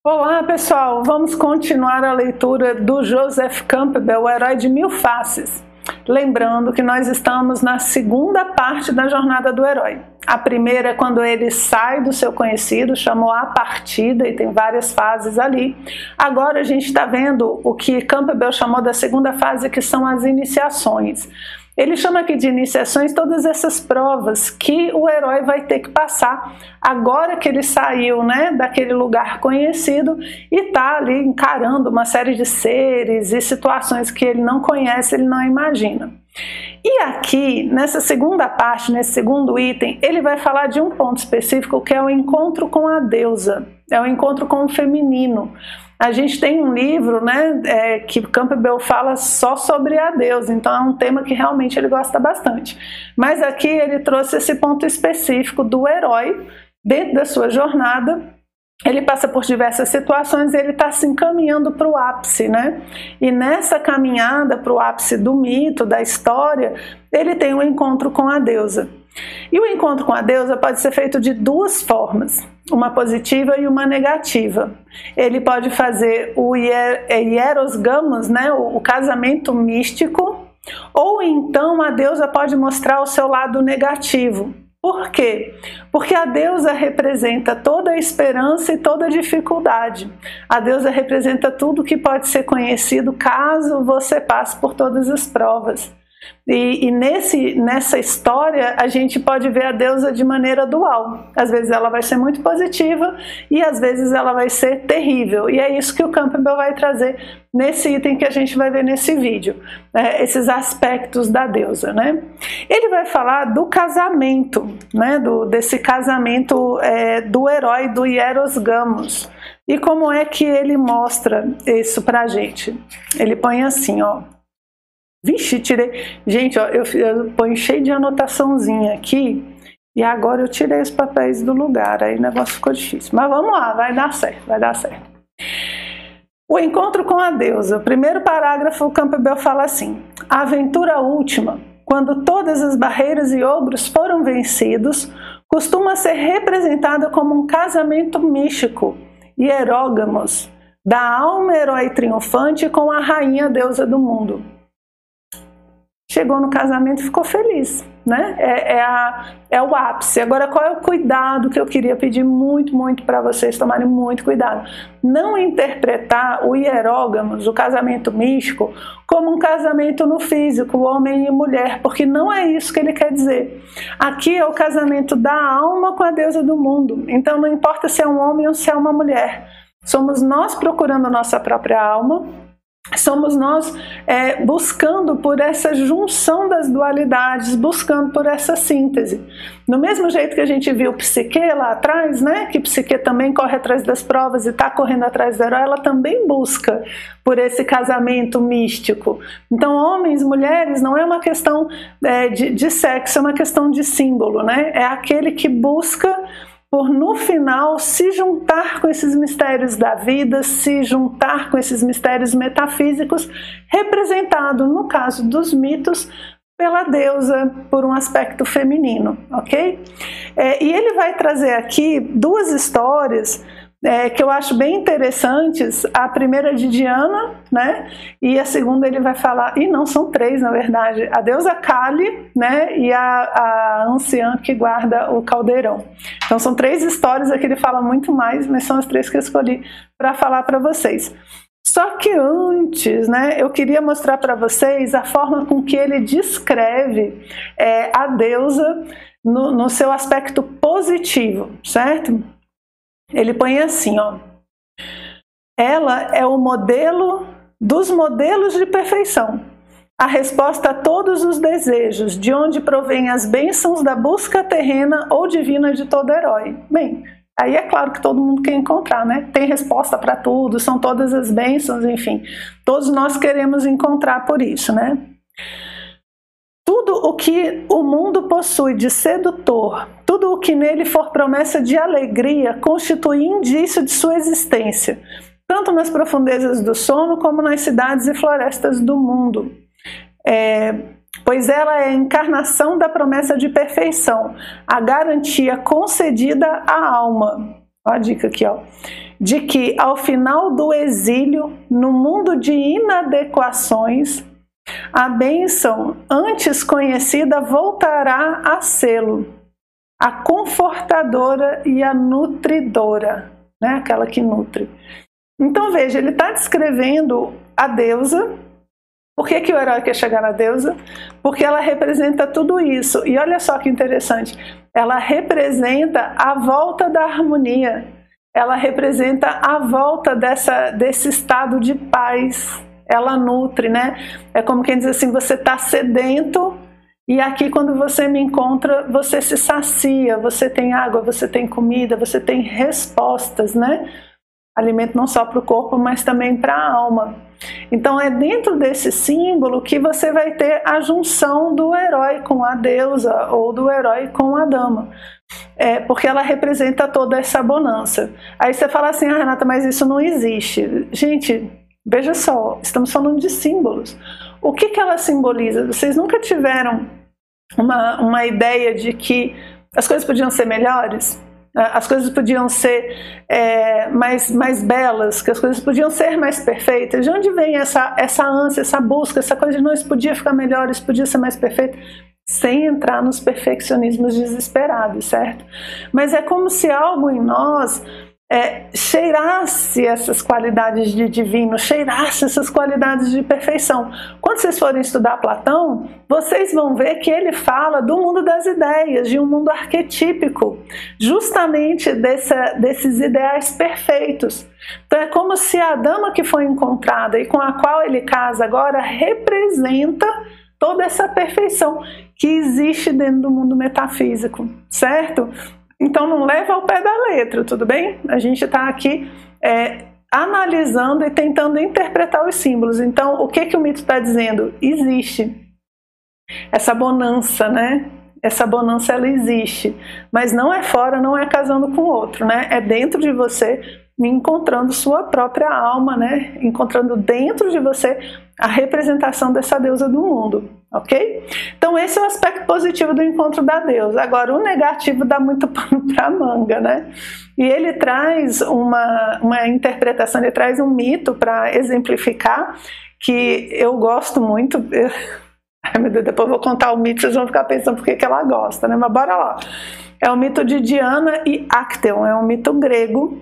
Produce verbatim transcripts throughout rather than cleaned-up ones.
Olá pessoal, vamos continuar a leitura do Joseph Campbell, o Herói de Mil Faces. Lembrando que nós estamos na segunda parte da jornada do herói. A primeira é quando ele sai do seu conhecido, chamou a partida e tem várias fases ali. Agora a gente está vendo o que Campbell chamou da segunda fase, que são as iniciações. Ele chama aqui de iniciações todas essas provas que o herói vai ter que passar agora que ele saiu, né, daquele lugar conhecido e está ali encarando uma série de seres e situações que ele não conhece, ele não imagina. E aqui, nessa segunda parte, nesse segundo item, ele vai falar de um ponto específico que é o encontro com a deusa, é o encontro com o feminino. A gente tem um livro, né, é, que Campbell fala só sobre a deusa, então é um tema que realmente ele gosta bastante. Mas aqui ele trouxe esse ponto específico do herói dentro da sua jornada. Ele passa por diversas situações e ele está se encaminhando para o ápice, né? E nessa caminhada para o ápice do mito, da história, ele tem um encontro com a deusa. E o encontro com a deusa pode ser feito de duas formas, uma positiva e uma negativa. Ele pode fazer o hieros gamos, né, o casamento místico, ou então a deusa pode mostrar o seu lado negativo. Por quê? Porque a deusa representa toda a esperança e toda a dificuldade. A deusa representa tudo que pode ser conhecido caso você passe por todas as provas. E, e nesse, nessa história a gente pode ver a deusa de maneira dual. Às vezes ela vai ser muito positiva e às vezes ela vai ser terrível. E é isso que o Campbell vai trazer nesse item que a gente vai ver nesse vídeo, né? Esses aspectos da deusa, né? Ele vai falar do casamento, né? do, desse casamento é, do herói do Hieros Gamos. E como é que ele mostra isso pra gente? Ele põe assim, ó. Vixe, tirei. Gente, ó, eu, eu ponho cheio de anotaçãozinha aqui e agora eu tirei os papéis do lugar, aí o negócio ficou difícil. Mas vamos lá, vai dar certo, vai dar certo. O encontro com a deusa. O primeiro parágrafo, o Campbell fala assim: a aventura última, quando todas as barreiras e ogros foram vencidos, costuma ser representada como um casamento místico, hierógamos, da alma herói triunfante com a rainha deusa do mundo. Chegou no casamento e ficou feliz, né? É, é, a, é o ápice. Agora, qual é o cuidado que eu queria pedir muito, muito para vocês tomarem muito cuidado? Não interpretar o hierógamos, o casamento místico, como um casamento no físico, homem e mulher, porque não é isso que ele quer dizer. Aqui é o casamento da alma com a deusa do mundo. Então, não importa se é um homem ou se é uma mulher. Somos nós procurando a nossa própria alma. Somos nós é, buscando por essa junção das dualidades, buscando por essa síntese. Do mesmo jeito que a gente viu Psique lá atrás, né? Que Psique também corre atrás das provas e está correndo atrás do herói, ela também busca por esse casamento místico. Então, homens, mulheres, não é uma questão é, de, de sexo, é uma questão de símbolo, né? É aquele que busca por no final se juntar com esses mistérios da vida, se juntar com esses mistérios metafísicos, representado no caso dos mitos pela deusa, por um aspecto feminino, ok? É, e ele vai trazer aqui duas histórias É, que eu acho bem interessantes. A primeira de Diana, né? E a segunda ele vai falar, e não, são três na verdade, a deusa Kali, né? E a, a anciã que guarda o caldeirão. Então são três histórias, aqui ele fala muito mais, mas são as três que eu escolhi para falar para vocês. Só que antes, né, eu queria mostrar para vocês a forma com que ele descreve é, a deusa no, no seu aspecto positivo, certo? Ele põe assim, ó, ela é o modelo dos modelos de perfeição, a resposta a todos os desejos, de onde provém as bênçãos da busca terrena ou divina de todo herói. Bem, aí é claro que todo mundo quer encontrar, né? Tem resposta para tudo, são todas as bênçãos, enfim, todos nós queremos encontrar por isso, né? Tudo o que o mundo possui de sedutor, tudo o que nele for promessa de alegria, constitui indício de sua existência, tanto nas profundezas do sono como nas cidades e florestas do mundo. É, pois ela é a encarnação da promessa de perfeição, a garantia concedida à alma. Olha a dica aqui, ó. De que ao final do exílio, no mundo de inadequações, a bênção antes conhecida voltará a sê-lo, a confortadora e a nutridora, né? Aquela que nutre. Então veja, ele está descrevendo a deusa. Por que que o herói quer chegar na deusa? Porque ela representa tudo isso. E olha só que interessante, ela representa a volta da harmonia, ela representa a volta dessa, desse estado de paz, ela nutre, né? É como quem diz assim, você está sedento e aqui quando você me encontra, você se sacia, você tem água, você tem comida, você tem respostas, né? Alimento não só para o corpo, mas também para a alma. Então é dentro desse símbolo que você vai ter a junção do herói com a deusa ou do herói com a dama. É, porque ela representa toda essa bonança. Aí você fala assim, ah, Renata, mas isso não existe. Gente, veja só, estamos falando de símbolos. O que que ela simboliza? Vocês nunca tiveram uma, uma ideia de que as coisas podiam ser melhores? As coisas podiam ser é, mais, mais belas, que as coisas podiam ser mais perfeitas. De onde vem essa, essa ânsia, essa busca, essa coisa de não, isso podia ficar melhor, isso podia ser mais perfeito? Sem entrar nos perfeccionismos desesperados, certo? Mas é como se algo em nós é, cheirasse essas qualidades de divino, cheirasse essas qualidades de perfeição. Quando vocês forem estudar Platão, vocês vão ver que ele fala do mundo das ideias, de um mundo arquetípico, justamente dessa, desses ideais perfeitos. Então é como se a dama que foi encontrada e com a qual ele casa agora representa toda essa perfeição que existe dentro do mundo metafísico, certo? Então não leva ao pé da letra, tudo bem? A gente está aqui é, analisando e tentando interpretar os símbolos. Então o que que o mito está dizendo? Existe essa bonança, né? Essa bonança ela existe, mas não é fora, não é casando com outro, né? É dentro de você, encontrando sua própria alma, né? Encontrando dentro de você a representação dessa deusa do mundo, ok? Então esse é o aspecto positivo do encontro da deusa. Agora o negativo dá muito pano para manga, né? E ele traz uma, uma interpretação, ele traz um mito para exemplificar, que eu gosto muito. Ai meu Deus, depois eu vou contar o mito, vocês vão ficar pensando por que que ela gosta, né? Mas bora lá. É o mito de Diana e Acteon, é um mito grego,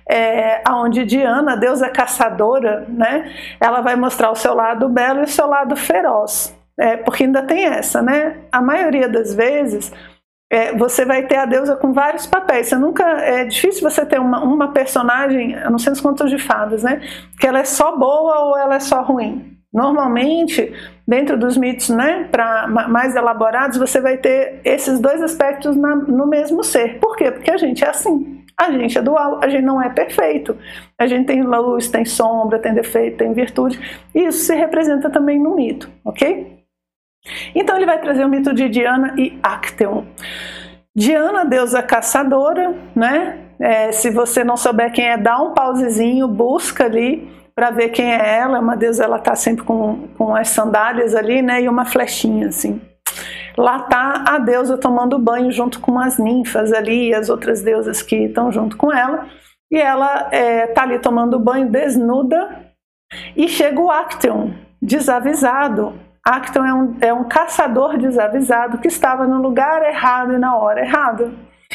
é, onde Diana, a deusa caçadora, né, ela vai mostrar o seu lado belo e o seu lado feroz, é, porque ainda tem essa, né? A maioria das vezes é, você vai ter a deusa com vários papéis. Você nunca, é difícil você ter uma, uma personagem, eu não sei os contos de fadas, né, que ela é só boa ou ela é só ruim. Normalmente, dentro dos mitos, né, pra, mais elaborados, você vai ter esses dois aspectos na, no mesmo ser. Por quê? Porque a gente é assim, a gente é dual, a gente não é perfeito. A gente tem luz, tem sombra, tem defeito, tem virtude. E isso se representa também no mito, ok? Então ele vai trazer o mito de Diana e Acteon. Diana, deusa caçadora, né? É, se você não souber quem é, dá um pausezinho, busca ali para ver quem é ela. É uma deusa, ela tá sempre com, com as sandálias ali, né, e uma flechinha assim. Lá tá a deusa tomando banho junto com as ninfas ali, e as outras deusas que estão junto com ela, e ela é, tá ali tomando banho desnuda, e chega o Acteon, desavisado. Acteon é um, é um caçador desavisado que estava no lugar errado e na hora errada.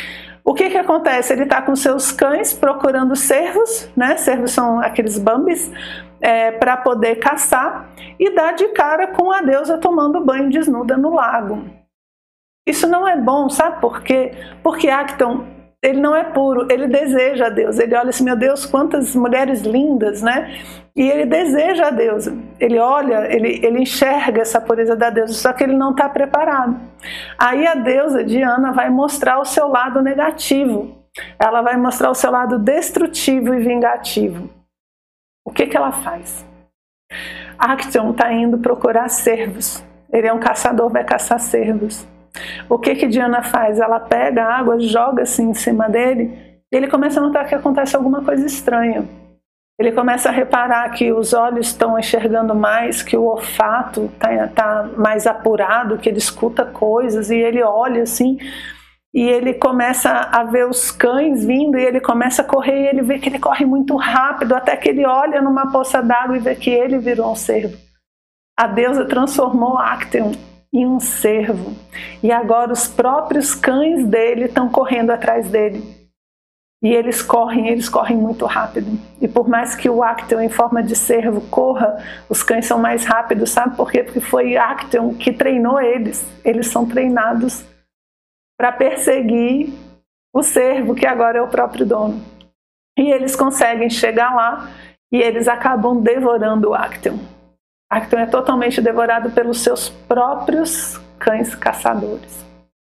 O que que acontece? Ele está com seus cães procurando cervos, né? Cervos são aqueles bambis, é, para poder caçar, e dá de cara com a deusa tomando banho desnuda no lago. Isso não é bom, sabe por quê? Porque Acteon, ele não é puro, ele deseja a deusa. Ele olha assim, meu Deus, quantas mulheres lindas, né? E ele deseja a deusa. Ele olha, ele, ele enxerga essa pureza da deusa, só que ele não está preparado. Aí a deusa Diana vai mostrar o seu lado negativo. Ela vai mostrar o seu lado destrutivo e vingativo. O que que ela faz? Acteon está indo procurar cervos. Ele é um caçador, vai caçar cervos. O que que Diana faz? Ela pega a água, joga assim em cima dele, e ele começa a notar que acontece alguma coisa estranha. Ele começa a reparar que os olhos estão enxergando mais, que o olfato está tá mais apurado, que ele escuta coisas, e ele olha assim, e ele começa a ver os cães vindo, e ele começa a correr, e ele vê que ele corre muito rápido, até que ele olha numa poça d'água e vê que ele virou um cervo. A deusa transformou Actaeon em um cervo, e agora os próprios cães dele estão correndo atrás dele. E eles correm, eles correm muito rápido. E por mais que o Actaeon em forma de cervo corra, os cães são mais rápidos, sabe por quê? Porque foi Actaeon que treinou eles. Eles são treinados para perseguir o cervo, que agora é o próprio dono. E eles conseguem chegar lá e eles acabam devorando o Actaeon. Actaeon é totalmente devorado pelos seus próprios cães caçadores.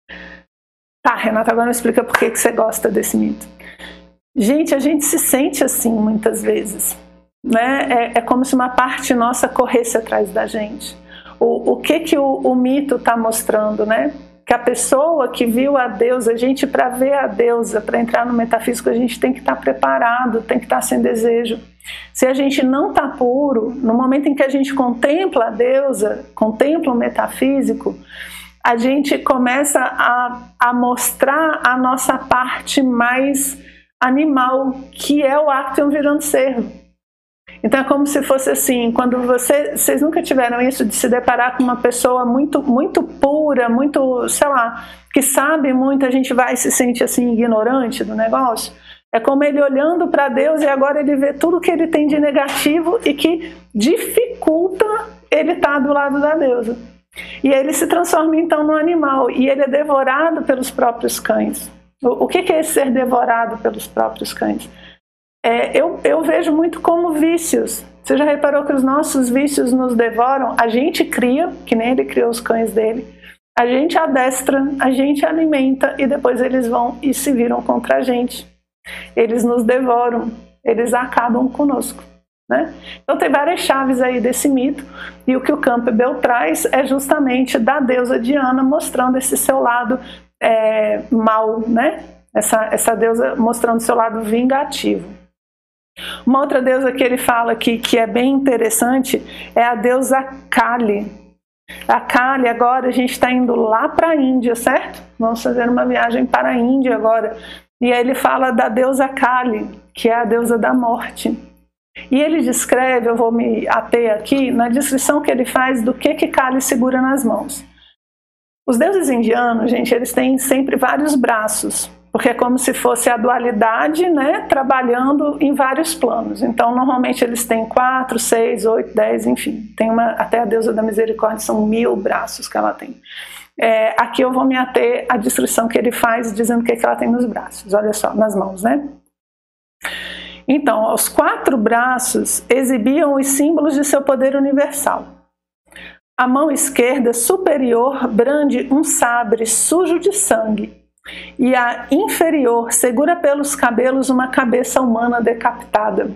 Tá, Renata, agora me explica por que você gosta desse mito. Gente, a gente se sente assim muitas vezes, né? É, é como se uma parte nossa corresse atrás da gente. O, o que que o, o mito está mostrando, né? Que a pessoa que viu a deusa, a gente, para ver a deusa, para entrar no metafísico, a gente tem que estar preparado, tem que estar sem desejo. Se a gente não está puro, no momento em que a gente contempla a deusa, contempla o metafísico, a gente começa a, a mostrar a nossa parte mais animal, que é o Actaeon virando cervo. Então é como se fosse assim, quando você, vocês nunca tiveram isso de se deparar com uma pessoa muito, muito pura, muito, sei lá, que sabe muito, a gente vai se sentir assim ignorante do negócio. É como ele olhando para Deus e agora ele vê tudo que ele tem de negativo e que dificulta ele estar do lado da deusa. E ele se transforma então num animal e ele é devorado pelos próprios cães. O que é esse ser devorado pelos próprios cães? É, eu, eu vejo muito como vícios. Você já reparou que os nossos vícios nos devoram? A gente cria, que nem ele criou os cães dele, a gente adestra, a gente alimenta e depois eles vão e se viram contra a gente. Eles nos devoram, eles acabam conosco, né? Então tem várias chaves aí desse mito, e o que o Campbell traz é justamente da deusa Diana mostrando esse seu lado É, mal, né? Essa, essa deusa mostrando seu lado vingativo. Uma outra deusa que ele fala aqui, que é bem interessante, é a deusa Kali. A Kali, agora a gente está indo lá para a Índia, certo? Vamos fazer uma viagem para a Índia agora. E aí ele fala da deusa Kali, que é a deusa da morte. E ele descreve, eu vou me ater aqui, na descrição que ele faz do que, que Kali segura nas mãos. Os deuses indianos, gente, eles têm sempre vários braços, porque é como se fosse a dualidade, né, trabalhando em vários planos. Então, normalmente eles têm quatro, seis, oito, dez, enfim. Tem uma, até a deusa da misericórdia são mil braços que ela tem. É, aqui eu vou me ater à descrição que ele faz, dizendo o que, que ela tem nos braços. Olha só, nas mãos, né? Então, os quatro braços exibiam os símbolos de seu poder universal. A mão esquerda superior brande um sabre sujo de sangue e a inferior segura pelos cabelos uma cabeça humana decapitada.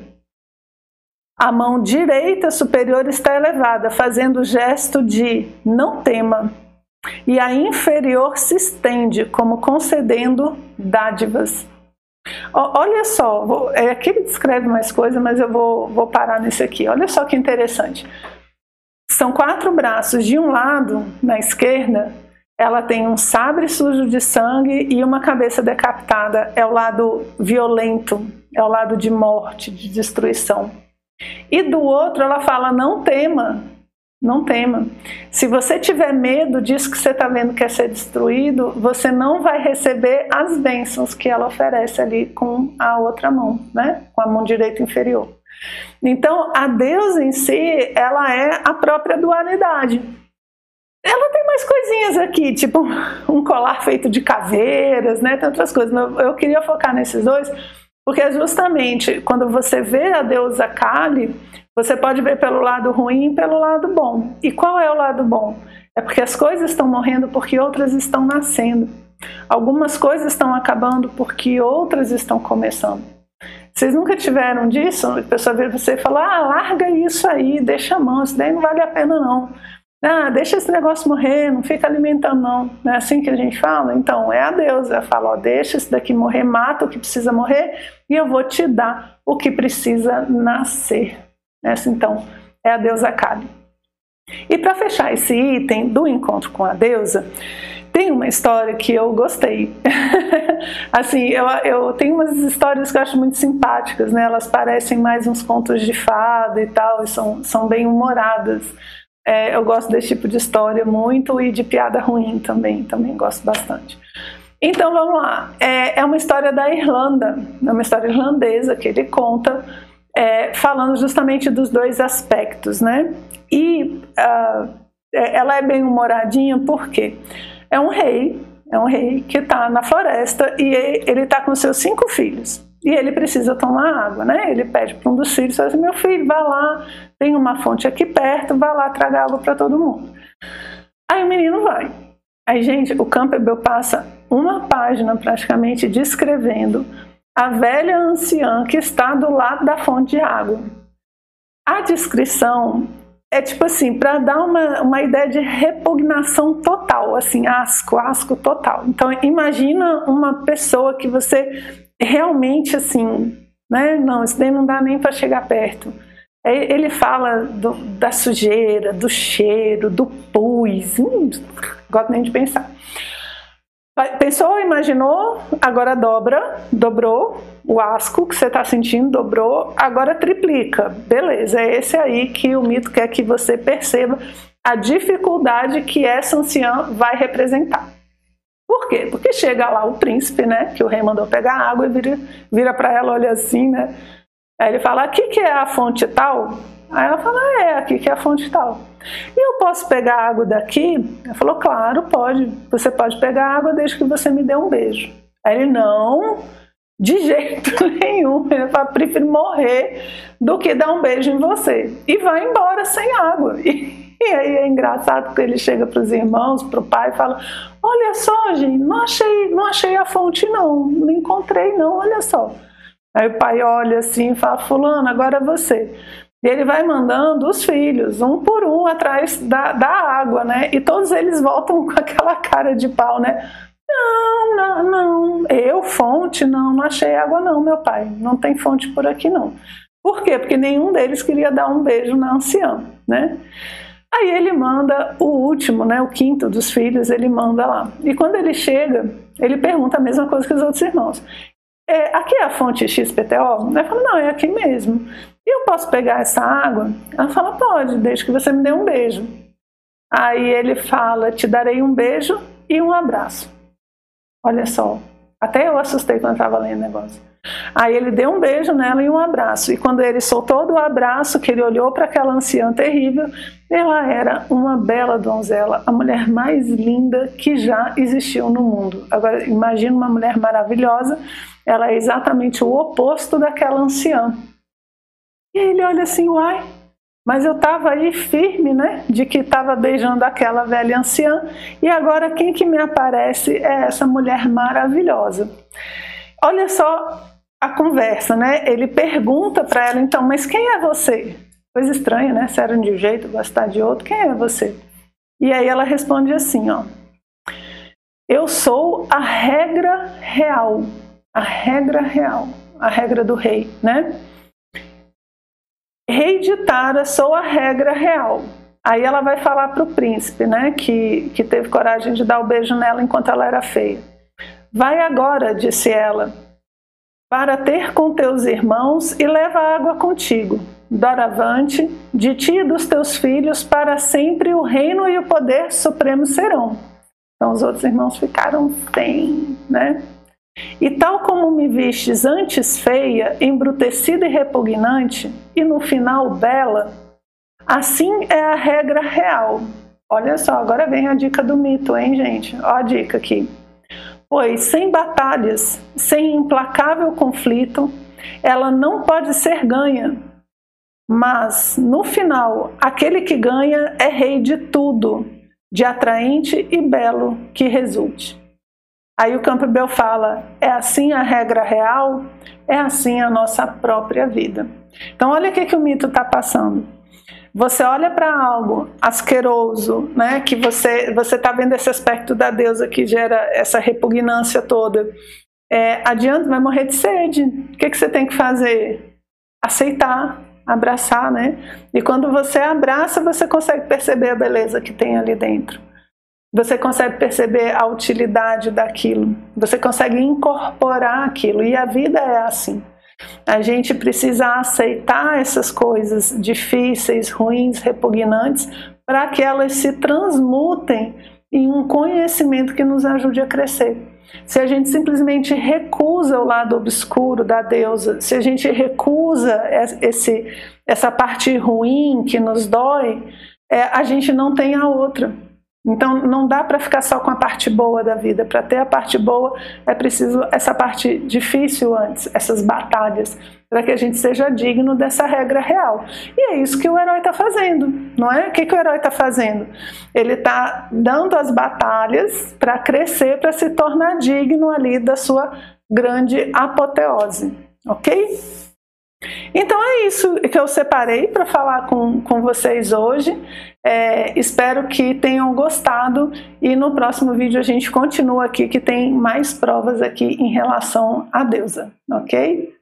A mão direita superior está elevada, fazendo o gesto de não tema, e a inferior se estende como concedendo dádivas. Olha só, vou, é, aqui ele descreve mais coisas, mas eu vou, vou parar nesse aqui. Olha só que interessante. São quatro braços. De um lado, na esquerda, ela tem um sabre sujo de sangue e uma cabeça decapitada. É o lado violento, é o lado de morte, de destruição. E do outro, ela fala, não tema, não tema. Se você tiver medo disso que você está vendo que é ser destruído, você não vai receber as bênçãos que ela oferece ali com a outra mão, né? Com a mão direita inferior. Então, a deusa em si, ela é a própria dualidade. Ela tem mais coisinhas aqui, tipo um colar feito de caveiras, né? Tem outras coisas, mas eu queria focar nesses dois, porque justamente quando você vê a deusa Kali, você pode ver pelo lado ruim e pelo lado bom. E qual é o lado bom? É porque as coisas estão morrendo porque outras estão nascendo. Algumas coisas estão acabando porque outras estão começando. Vocês nunca tiveram disso? A pessoa vira você e fala, ah, larga isso aí, deixa a mão, isso daí não vale a pena não. Ah, deixa esse negócio morrer, não fica alimentando não. Não é assim que a gente fala? Então, é a deusa. Ela fala, ó, deixa isso daqui morrer, mata o que precisa morrer e eu vou te dar o que precisa nascer. Essa, então, é a deusa Kali. E para fechar esse item do encontro com a deusa, tem uma história que eu gostei. Assim, eu, eu tenho umas histórias que eu acho muito simpáticas, né? Elas parecem mais uns contos de fada e tal, e são, são bem humoradas. É, eu gosto desse tipo de história muito, e de piada ruim também, também gosto bastante. Então vamos lá, é, é uma história da Irlanda, é uma história irlandesa que ele conta, é, falando justamente dos dois aspectos, né? E uh, ela é bem humoradinha porque é um rei, é um rei que está na floresta e ele está com seus cinco filhos. E ele precisa tomar água, né? Ele pede para um dos filhos, fala assim, meu filho, vai lá, tem uma fonte aqui perto, vai lá, traga água para todo mundo. Aí o menino vai. Aí, gente, o Campbell passa uma página praticamente descrevendo a velha anciã que está do lado da fonte de água. A descrição é tipo assim, para dar uma, uma ideia de repugnação total, assim, asco, asco total. Então imagina uma pessoa que você realmente assim, né, não, isso daí não dá nem para chegar perto. Ele fala do, da sujeira, do cheiro, do pus, hum, gosto nem de pensar. Pensou, imaginou, agora dobra, dobrou o asco que você está sentindo, dobrou, agora triplica. Beleza, é esse aí que o mito quer que você perceba a dificuldade que essa anciã vai representar. Por quê? Porque chega lá o príncipe, né, que o rei mandou pegar água e vira, vira para ela, olha assim, né? Aí ele fala, aqui que é a fonte tal? Aí ela fala, ah, é, aqui que é a fonte tal. E eu posso pegar água daqui? Ela falou, claro, pode. Você pode pegar água desde que você me dê um beijo. Aí ele, não, de jeito nenhum. Ele fala, prefiro morrer do que dar um beijo em você. E vai embora sem água. E, e aí é engraçado porque ele chega para os irmãos, para o pai e fala, olha só, gente, não achei, não achei a fonte não, não encontrei não, olha só. Aí o pai olha assim e fala, fulano, agora é você. E ele vai mandando os filhos, um por um, atrás da, da água, né? E todos eles voltam com aquela cara de pau, né? Não, não, não. Eu, fonte? Não, não achei água não, meu pai. Não tem fonte por aqui, não. Por quê? Porque nenhum deles queria dar um beijo na anciã, né? Aí ele manda o último, né? O quinto dos filhos, ele manda lá. E quando ele chega, ele pergunta a mesma coisa que os outros irmãos. É, aqui é a fonte X P T O? Ela fala, não, é aqui mesmo. E eu posso pegar essa água? Ela fala, pode, desde que você me dê um beijo. Aí ele fala, te darei um beijo e um abraço. Olha só, até eu assustei quando estava lendo o negócio. Aí ele deu um beijo nela e um abraço. E quando ele soltou do abraço, que ele olhou para aquela anciã terrível, ela era uma bela donzela, a mulher mais linda que já existiu no mundo. Agora, imagina uma mulher maravilhosa, ela é exatamente o oposto daquela anciã. E ele olha assim, uai, mas eu estava aí firme, né, de que estava beijando aquela velha anciã, e agora quem que me aparece é essa mulher maravilhosa. Olha só a conversa, né, ele pergunta para ela, então, mas quem é você? Coisa estranha, né, se era de um jeito, gostar de outro, quem é você? E aí ela responde assim, ó, eu sou a regra real, a regra real, a regra do rei, né? Rei de Tara, sou a regra real. Aí ela vai falar para o príncipe, né, que, que teve coragem de dar o beijo nela enquanto ela era feia. Vai agora, disse ela, para ter com teus irmãos e leva água contigo. Doravante, de ti e dos teus filhos, para sempre o reino e o poder supremo serão. Então os outros irmãos ficaram sem, né? E tal como me vistes antes feia, embrutecida e repugnante, e no final bela, assim é a regra real. Olha só, agora vem a dica do mito, hein, gente? Ó a dica aqui. Pois sem batalhas, sem implacável conflito, ela não pode ser ganha. Mas, no final, aquele que ganha é rei de tudo, de atraente e belo que resulte. Aí o Campbell fala, é assim a regra real, é assim a nossa própria vida. Então olha o que, que o mito está passando. Você olha para algo asqueroso, né, que você você está vendo esse aspecto da deusa que gera essa repugnância toda. É, adianta, vai morrer de sede. O que, que você tem que fazer? Aceitar. abraçar, né? E quando você abraça, você consegue perceber a beleza que tem ali dentro. Você consegue perceber a utilidade daquilo. Você consegue incorporar aquilo. E a vida é assim. A gente precisa aceitar essas coisas difíceis, ruins, repugnantes, para que elas se transmutem em um conhecimento que nos ajude a crescer. Se a gente simplesmente recusa o lado obscuro da deusa, se a gente recusa esse, essa parte ruim que nos dói, é, a gente não tem a outra. Então não dá para ficar só com a parte boa da vida. Para ter a parte boa é preciso essa parte difícil antes, essas batalhas, para que a gente seja digno dessa regra real. E é isso que o herói está fazendo, não é? O que, que o herói está fazendo? Ele está dando as batalhas para crescer, para se tornar digno ali da sua grande apoteose, ok? Então é isso que eu separei para falar com, com vocês hoje. É, espero que tenham gostado e no próximo vídeo a gente continua aqui, que tem mais provas aqui em relação à deusa, ok?